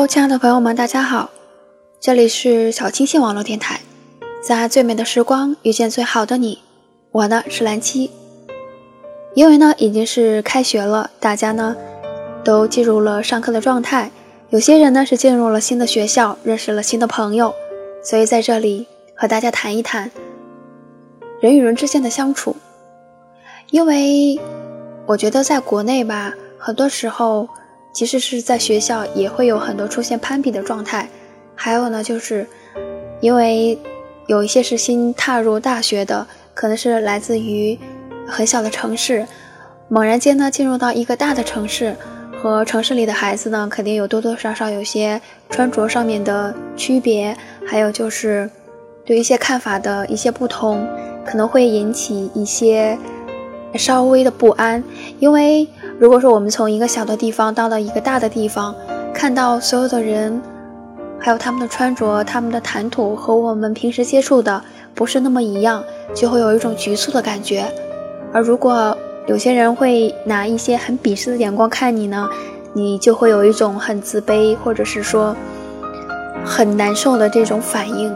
亲爱的朋友们，大家好，这里是小清新网络电台，在最美的时光遇见最好的你，我呢是蓝七。因为呢已经是开学了，大家呢都进入了上课的状态，有些人呢是进入了新的学校，认识了新的朋友，所以在这里和大家谈一谈人与人之间的相处。因为我觉得在国内吧，很多时候即使是在学校也会有很多出现攀比的状态，还有呢就是因为有一些是新踏入大学的，可能是来自于很小的城市，猛然间呢进入到一个大的城市，和城市里的孩子呢肯定有多多少少有些穿着上面的区别，还有就是对一些看法的一些不同，可能会引起一些稍微的不安。因为如果说我们从一个小的地方到了一个大的地方，看到所有的人还有他们的穿着，他们的谈吐和我们平时接触的不是那么一样，就会有一种局促的感觉。而如果有些人会拿一些很鄙视的眼光看你呢，你就会有一种很自卑或者是说很难受的这种反应。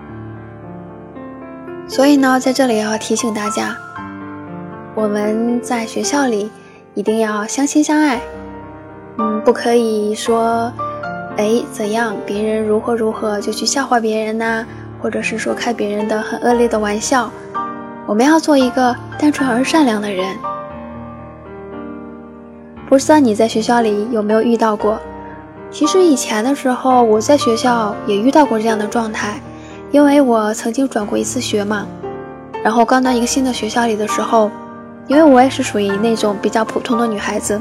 所以呢在这里要提醒大家，我们在学校里一定要相亲相爱，不可以说怎样别人如何就去笑话别人呐，或者是说开别人的很恶劣的玩笑。我们要做一个单纯而善良的人。不知道你在学校里有没有遇到过？其实以前的时候我在学校也遇到过这样的状态，因为我曾经转过一次学嘛，然后刚到一个新的学校里的时候，因为我也是属于那种比较普通的女孩子，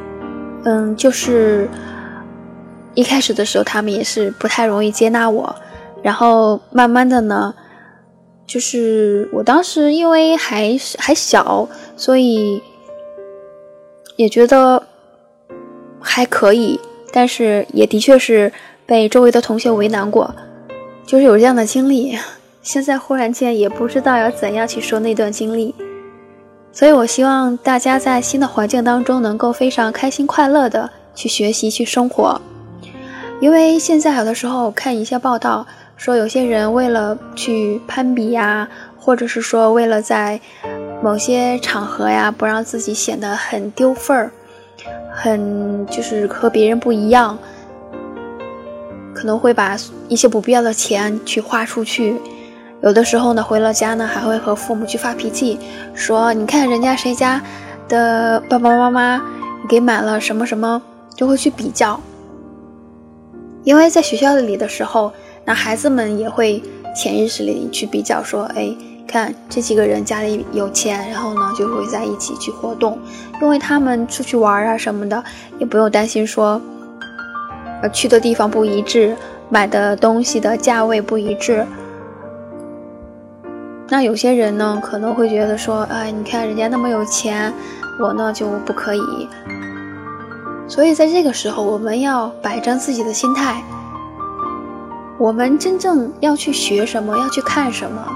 就是一开始的时候他们也是不太容易接纳我，然后慢慢的呢，就是我当时因为还小，所以也觉得还可以，但是也的确是被周围的同学为难过，就是有这样的经历。现在忽然间也不知道要怎样去说那段经历。所以我希望大家在新的环境当中能够非常开心快乐的去学习去生活。因为现在有的时候看一些报道说，有些人为了去攀比呀，或者是说为了在某些场合呀不让自己显得很丢份儿，很就是和别人不一样，可能会把一些不必要的钱去花出去。有的时候呢回了家呢还会和父母去发脾气，说你看人家谁家的爸爸妈妈给买了什么什么，就会去比较。因为在学校里的时候，那孩子们也会潜意识里去比较说，看这几个人家里有钱，然后呢就会在一起去活动，因为他们出去玩啊什么的也不用担心说去的地方不一致，买的东西的价位不一致。那有些人呢可能会觉得说，你看人家那么有钱，我呢就不可以。所以在这个时候我们要摆正自己的心态，我们真正要去学什么，要去看什么。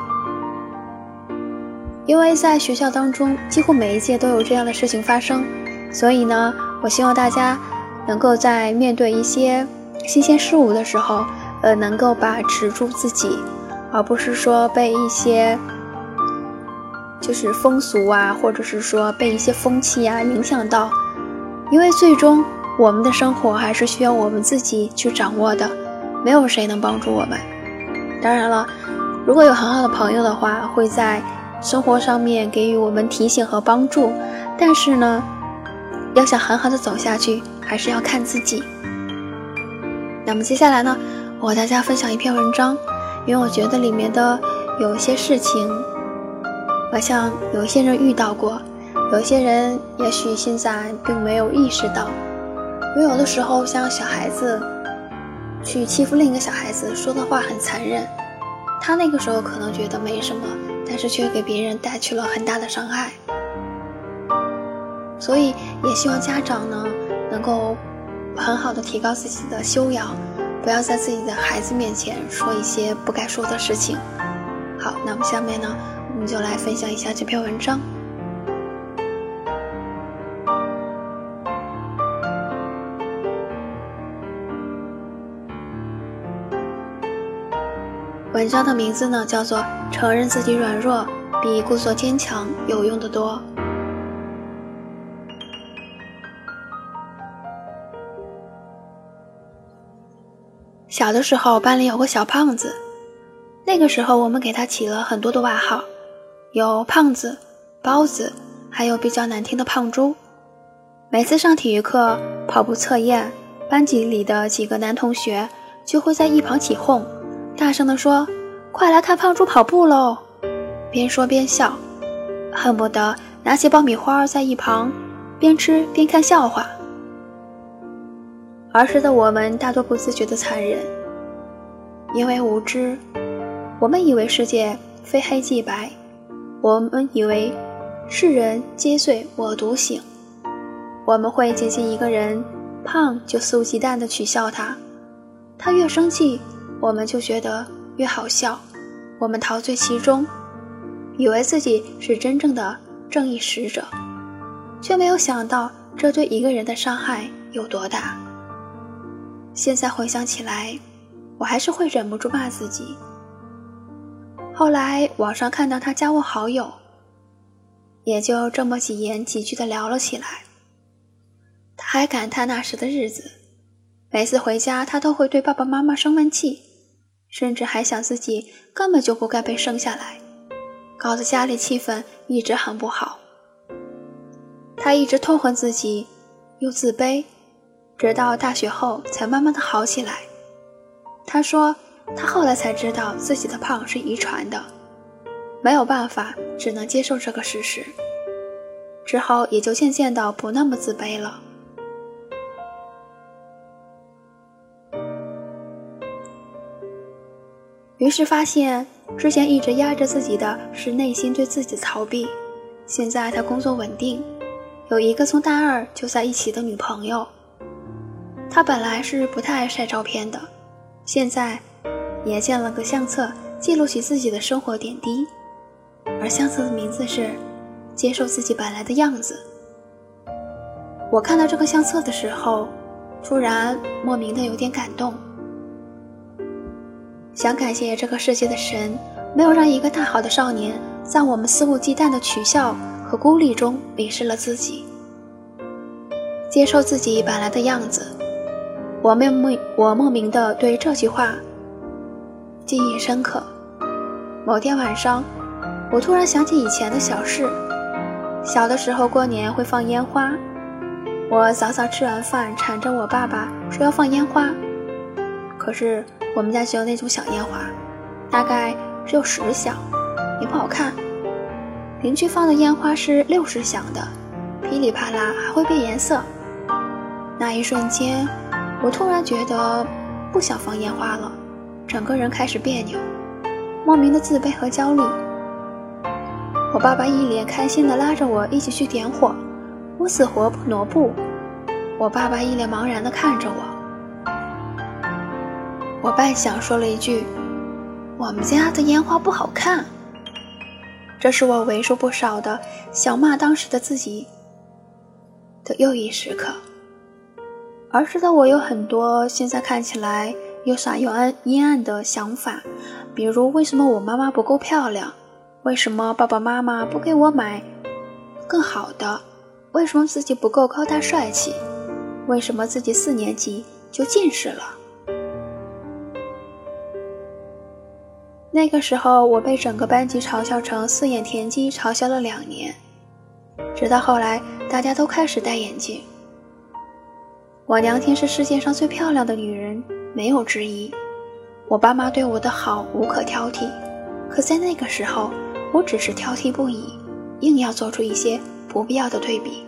因为在学校当中几乎每一届都有这样的事情发生，所以呢我希望大家能够在面对一些新鲜事物的时候能够把持住自己，而不是说被一些就是风俗啊，或者是说被一些风气啊影响到。因为最终我们的生活还是需要我们自己去掌握的，没有谁能帮助我们。当然了，如果有很好的朋友的话，会在生活上面给予我们提醒和帮助，但是呢要想很好的走下去，还是要看自己。那么接下来呢，我和大家分享一篇文章，因为我觉得里面的有一些事情好像有一些人遇到过，有一些人也许现在并没有意识到。因为有的时候像小孩子去欺负另一个小孩子，说的话很残忍，他那个时候可能觉得没什么，但是却给别人带去了很大的伤害。所以也希望家长呢能够很好的提高自己的修养，不要在自己的孩子面前说一些不该说的事情。好，那么下面呢我们就来分享一下这篇文章。 文章的名字呢叫做承认自己软弱比故作坚强有用得多。小的时候班里有个小胖子，那个时候我们给他起了很多的外号，有胖子、包子，还有比较难听的胖猪。每次上体育课跑步测验，班级里的几个男同学就会在一旁起哄，大声地说，快来看胖猪跑步喽，边说边笑，恨不得拿起爆米花在一旁边吃边看笑话。儿时的我们大多不自觉的残忍，因为无知，我们以为世界非黑即白，我们以为世人皆醉我独醒，我们会接近一个人胖就肆无忌惮地取笑他，他越生气我们就觉得越好笑，我们陶醉其中，以为自己是真正的正义使者，却没有想到这对一个人的伤害有多大。现在回想起来，我还是会忍不住骂自己。后来网上看到他加我好友，也就这么几言几句的聊了起来。他还感叹那时的日子，每次回家他都会对爸爸妈妈生闷气，甚至还想自己根本就不该被生下来，搞得家里气氛一直很不好。他一直痛恨自己，又自卑，直到大学后才慢慢的好起来。他说他后来才知道自己的胖是遗传的，没有办法，只能接受这个事实，之后也就渐渐的不那么自卑了。于是发现之前一直压着自己的是内心对自己的逃避，现在他工作稳定，有一个从大二就在一起的女朋友。他本来是不太爱晒照片的，现在也建了个相册，记录起自己的生活点滴，而相册的名字是接受自己本来的样子。我看到这个相册的时候，突然莫名的有点感动，想感谢这个世界的神，没有让一个大好的少年在我们肆无忌惮的取笑和孤立中迷失了自己。接受自己本来的样子，我莫名的对这句话记忆深刻。某天晚上，我突然想起以前的小事。小的时候过年会放烟花，我早早吃完饭缠着我爸爸说要放烟花，可是我们家只有那种小烟花，大概只有10响，也不好看。邻居放的烟花是60响的，噼里啪啦还会变颜色。那一瞬间，我突然觉得不想放烟花了，整个人开始别扭，莫名的自卑和焦虑。我爸爸一脸开心地拉着我一起去点火，我死活不挪步。我爸爸一脸茫然地看着我，我半晌说了一句，我们家的烟花不好看。这是我为数不少的想骂当时的自己的又一时刻。儿时的我有很多现在看起来又傻又阴暗的想法，比如为什么我妈妈不够漂亮，为什么爸爸妈妈不给我买更好的，为什么自己不够高大帅气，为什么自己4年级就近视了。那个时候我被整个班级嘲笑成4眼田鸡，嘲笑了2年，直到后来大家都开始戴眼镜。我娘亲是世界上最漂亮的女人，没有之一。我爸妈对我的好无可挑剔，可在那个时候我只是挑剔不已，硬要做出一些不必要的对比。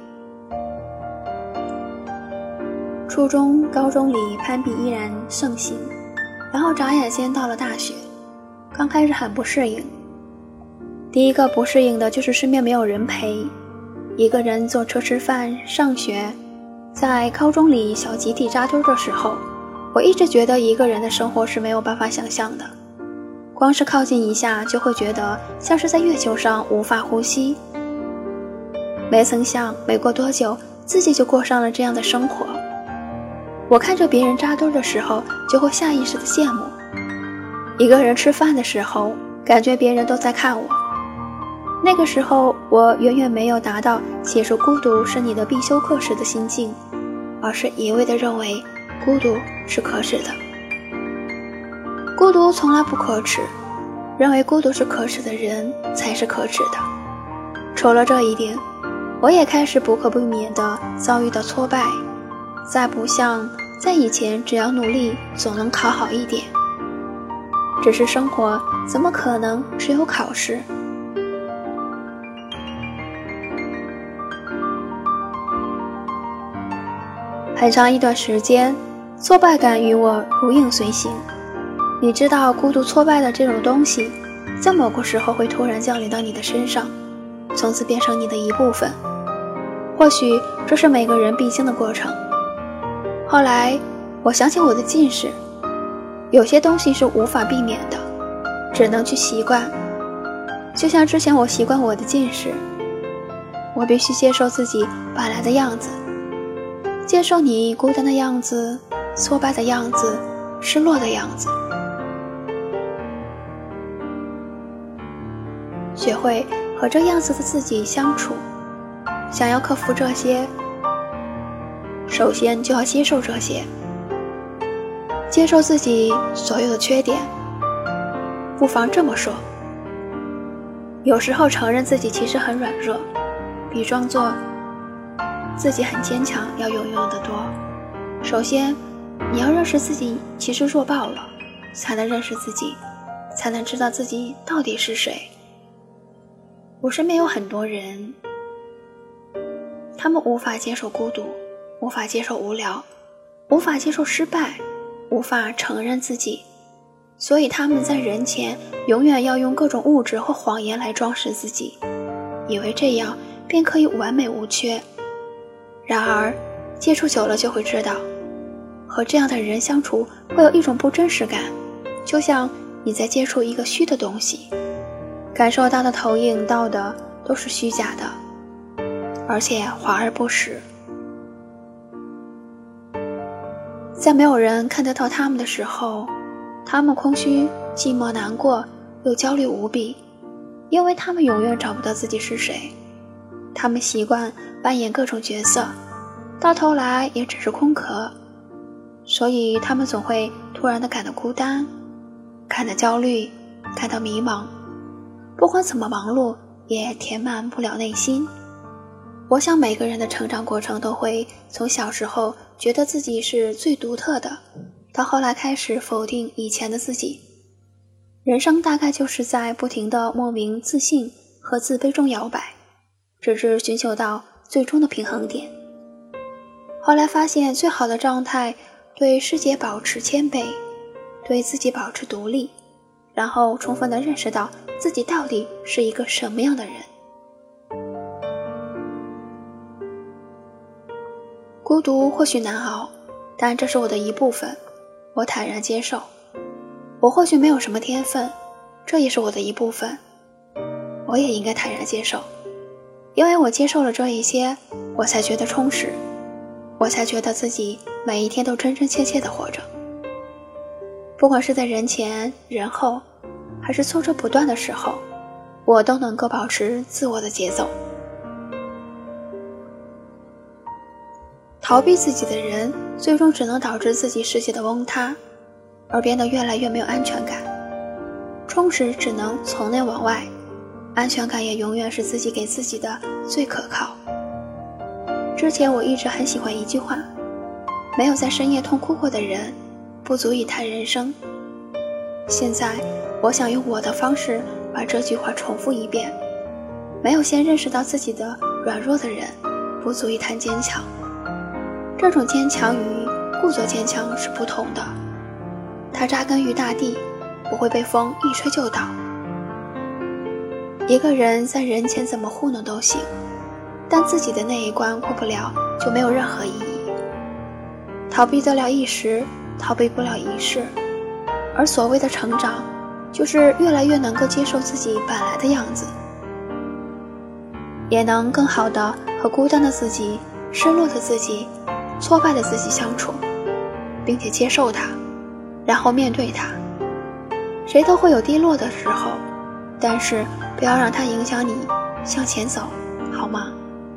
初中、高中里攀比依然盛行，然后眨眼间到了大学，刚开始很不适应。第一个不适应的就是身边没有人陪，一个人坐车吃饭、上学。在高中里小集体扎堆的时候，我一直觉得一个人的生活是没有办法想象的，光是靠近一下就会觉得像是在月球上无法呼吸。没曾想没过多久自己就过上了这样的生活。我看着别人扎堆的时候就会下意识的羡慕， 一个人吃饭的时候，感觉别人都在看我。那个时候，我远远没有达到接受孤独是你的必修课时的心境，而是一味地认为孤独是可耻的。孤独从来不可耻，认为孤独是可耻的人才是可耻的。除了这一点，我也开始不可避免地遭遇到挫败，再不像在以前只要努力总能考好一点。只是生活怎么可能只有考试？很长一段时间，挫败感与我如影随形。你知道孤独挫败的这种东西，在某个时候会突然降临到你的身上，从此变成你的一部分。或许这是每个人必经的过程。后来我想起我的近视，有些东西是无法避免的，只能去习惯。就像之前我习惯我的近视，我必须接受自己本来的样子，接受你孤单的样子，挫败的样子，失落的样子。学会和这样子的自己相处。想要克服这些，首先就要接受这些，接受自己所有的缺点。不妨这么说，有时候承认自己其实很软弱，比装作自己很坚强要有用的多。首先你要认识自己其实弱爆了，才能认识自己，才能知道自己到底是谁。我身边有很多人，他们无法接受孤独，无法接受无聊，无法接受失败，无法承认自己，所以他们在人前永远要用各种物质或谎言来装饰自己，以为这样便可以完美无缺。然而接触久了就会知道，和这样的人相处会有一种不真实感，就像你在接触一个虚的东西，感受到的投影到的都是虚假的，而且华而不实。在没有人看得到他们的时候，他们空虚、寂寞、难过，又焦虑无比，因为他们永远找不到自己是谁。他们习惯扮演各种角色，到头来也只是空壳，所以他们总会突然地感到孤单，感到焦虑，感到迷茫。不管怎么忙碌，也填满不了内心。我想每个人的成长过程都会从小时候觉得自己是最独特的，到后来开始否定以前的自己。人生大概就是在不停的莫名自信和自卑中摇摆，直至寻求到最终的平衡点。后来发现最好的状态，对世界保持谦卑，对自己保持独立，然后充分地认识到自己到底是一个什么样的人。孤独或许难熬，但这是我的一部分，我坦然接受。我或许没有什么天分，这也是我的一部分，我也应该坦然接受。因为我接受了这一些，我才觉得充实，我才觉得自己每一天都真真切切地活着。不管是在人前人后，还是挫折不断的时候，我都能够保持自我的节奏。逃避自己的人，最终只能导致自己世界的崩塌，而变得越来越没有安全感。充实只能从内往外，安全感也永远是自己给自己的最可靠。之前我一直很喜欢一句话，没有在深夜痛哭过的人，不足以谈人生。现在我想用我的方式把这句话重复一遍，没有先认识到自己的软弱的人，不足以谈坚强。这种坚强与故作坚强是不同的，它扎根于大地，不会被风一吹就倒。一个人在人前怎么糊弄都行，但自己的那一关过不了，就没有任何意义。逃避得了一时，逃避不了一世。而所谓的成长，就是越来越能够接受自己本来的样子，也能更好地和孤单的自己、失落的自己、挫败的自己相处，并且接受它，然后面对它， 谁都会有低落的时候，但是不要让它影响你向前走，好吗？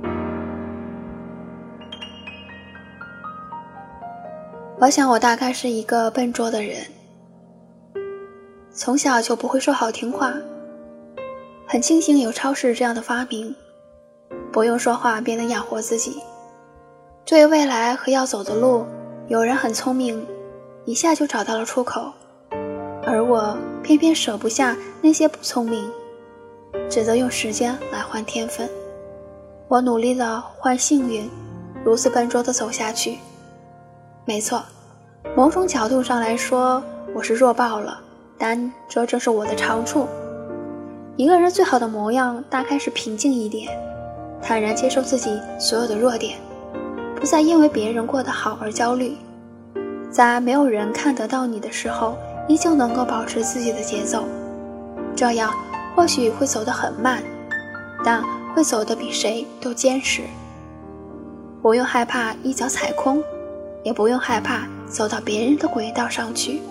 我想我大概是一个笨拙的人，从小就不会说好听话，很庆幸有超市这样的发明，不用说话便能养活自己。对于未来和要走的路，有人很聪明，一下就找到了出口，而我偏偏舍不下那些不聪明，只得用时间来换天分。我努力地换幸运，如此笨拙地走下去。没错，某种角度上来说，我是弱爆了，但这正是我的长处。一个人最好的模样大概是平静一点，坦然接受自己所有的弱点，不再因为别人过得好而焦虑，在没有人看得到你的时候，依旧能够保持自己的节奏。这样或许会走得很慢，但会走得比谁都坚实。不用害怕一脚踩空，也不用害怕走到别人的轨道上去。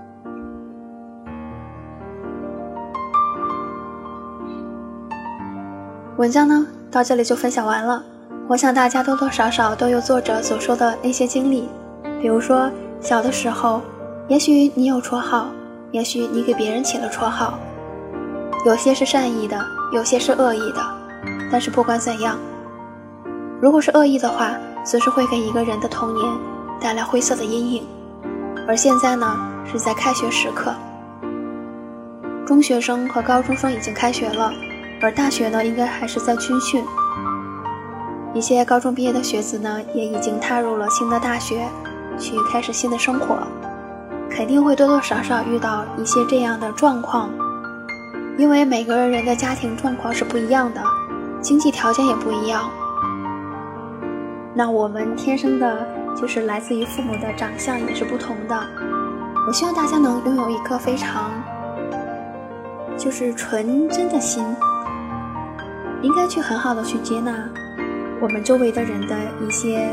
文章呢，到这里就分享完了。我想大家多多少少都有作者所说的那些经历，比如说小的时候，也许你有绰号，也许你给别人起了绰号，有些是善意的，有些是恶意的，但是不管怎样，如果是恶意的话，总是会给一个人的童年带来灰色的阴影。而现在呢，是在开学时刻，中学生和高中生已经开学了，而大学呢，应该还是在军训。一些高中毕业的学子呢，也已经踏入了新的大学，去开始新的生活，肯定会多多少少遇到一些这样的状况，因为每个人的家庭状况是不一样的，经济条件也不一样。那我们天生的就是来自于父母的长相也是不同的。我希望大家能拥有一颗非常就是纯真的心，应该去很好的去接纳我们周围的人的一些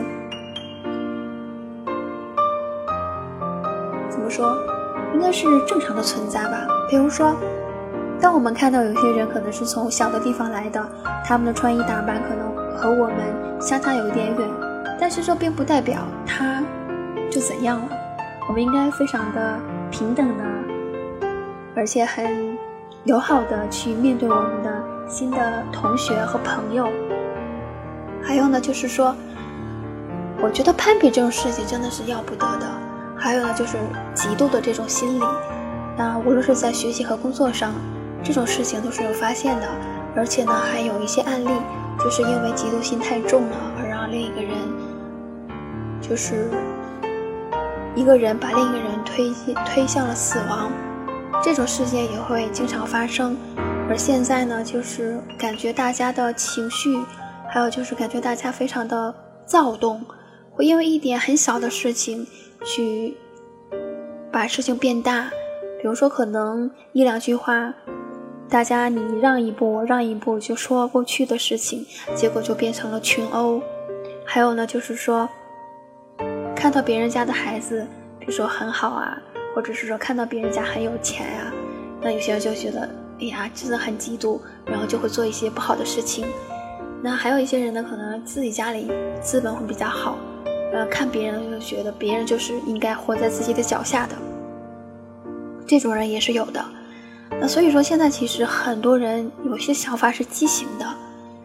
怎么说，应该是正常的存在吧。比如说，当我们看到有些人可能是从小的地方来的，他们的穿衣打扮可能和我们相差有一点远，但是这并不代表他就怎样了。我们应该非常的平等的，而且很友好的去面对我们的新的同学和朋友。还有呢，就是说，我觉得攀比这种事情真的是要不得的。还有呢，就是嫉妒的这种心理。那无论是在学习和工作上，这种事情都是有发现的。而且呢，还有一些案例，就是因为嫉妒心太重了，而让另一个人，就是一个人把另一个人推向了死亡。这种事件也会经常发生。而现在呢，就是感觉大家的情绪，还有就是感觉大家非常的躁动，会因为一点很小的事情去把事情变大。比如说可能一两句话，大家你让一步我让一步就说过去的事情，结果就变成了群殴。还有呢，就是说看到别人家的孩子比如说很好啊，或者是说看到别人家很有钱啊，那有些人就觉得哎呀真的很嫉妒，然后就会做一些不好的事情。那还有一些人呢，可能自己家里资本会比较好，看别人就觉得别人就是应该活在自己的脚下的，这种人也是有的。那所以说现在其实很多人有些想法是畸形的，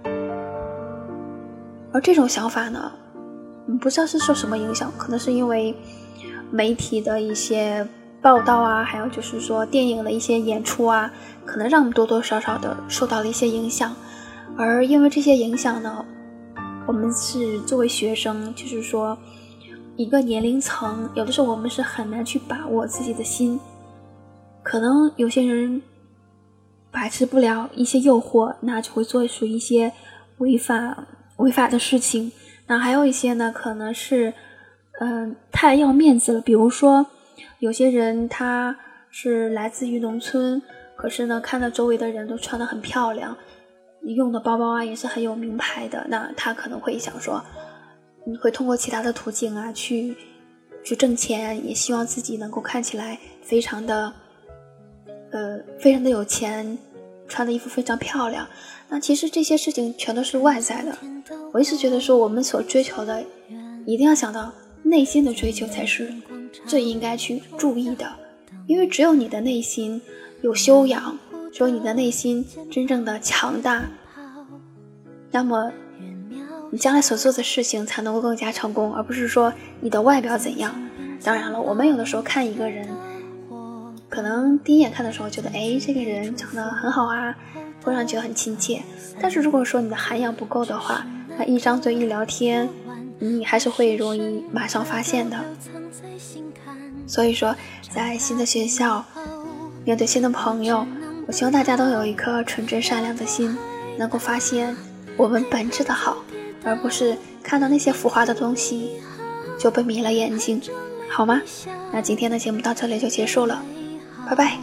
而这种想法呢，不知道是受什么影响，可能是因为媒体的一些报道啊，还有就是说电影的一些演出啊，可能让我们多多少少的受到了一些影响。而因为这些影响呢，我们是作为学生，就是说一个年龄层，有的时候我们是很难去把握自己的心。可能有些人把持不了一些诱惑，那就会做出一些违法的事情。那还有一些呢，可能是太要面子了。比如说有些人他是来自于农村，可是呢看到周围的人都穿得很漂亮，用的包包啊也是很有名牌的，那他可能会想说会通过其他的途径啊去挣钱，也希望自己能够看起来非常的非常的有钱，穿的衣服非常漂亮。那其实这些事情全都是外在的。我一直觉得说，我们所追求的一定要想到内心的追求才是最应该去注意的，因为只有你的内心有修养，只有你的内心真正的强大，那么你将来所做的事情才能够更加成功，而不是说你的外表怎样。当然了，我们有的时候看一个人，可能第一眼看的时候觉得这个人长得很好啊，会让你觉得很亲切，但是如果说你的涵养不够的话，那一张嘴一聊天，你还是会容易马上发现的。所以说在新的学校面对新的朋友，我希望大家都有一颗纯真善良的心，能够发现我们本质的好，而不是看到那些浮华的东西就被迷了眼睛，好吗？那今天的节目到这里就结束了，拜拜。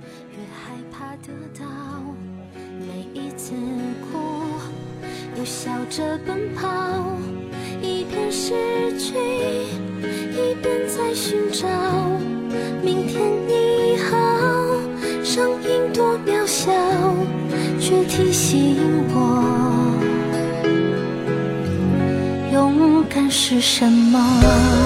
又笑着奔跑，一边失去，一边在寻找明天你好。声音多渺小，却提醒我，勇敢是什么。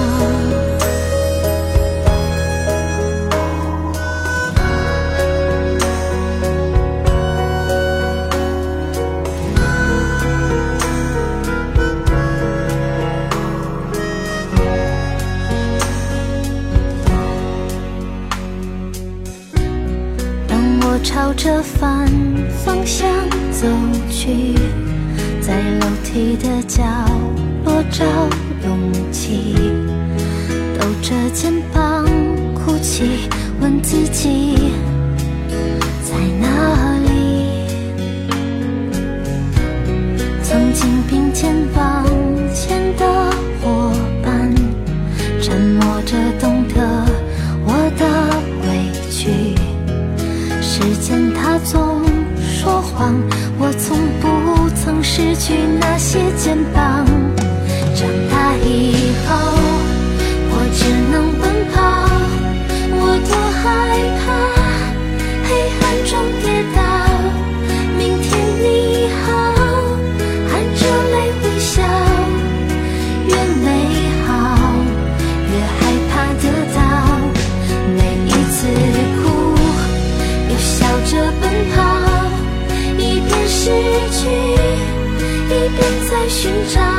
朝着反方向走去，在楼梯的角落找勇气，抖着肩膀哭泣，问自己在哪里。曾经并肩往前的伙伴，沉默着懂得我的委屈。时间它总说谎，我从不曾失去那些肩膀。长大以后我只能奔跑，我多害怕黑暗中跌倒。明天你好，含着泪微笑，越美好越害怕得到。每一次哭笑着奔跑，一边失去，一边在寻找